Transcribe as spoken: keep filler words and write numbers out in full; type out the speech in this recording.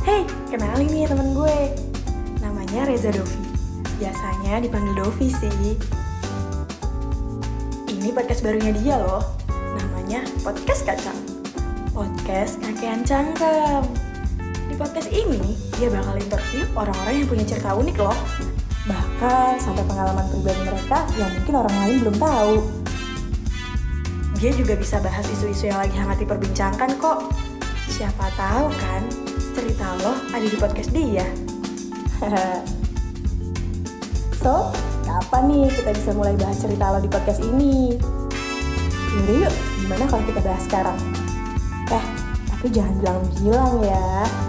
Hey, kenalin nih temen gue. Namanya Reza Dovi. Biasanya dipanggil Dovi sih. Ini podcast barunya dia loh. Namanya Podcast Kacang. Podcast kakean cangkem. Di podcast ini, dia bakal interview orang-orang yang punya cerita unik loh. Bahkan sampai pengalaman pribadi mereka yang mungkin orang lain belum tahu. Dia juga bisa bahas isu-isu yang lagi hangat diperbincangkan kok. Siapa tahu kan, cerita lo ada di podcast dia. So, kapan nih kita bisa mulai bahas cerita lo di podcast ini? Yaudah yuk, gimana kalau kita bahas sekarang? Eh, tapi jangan bilang-bilang ya.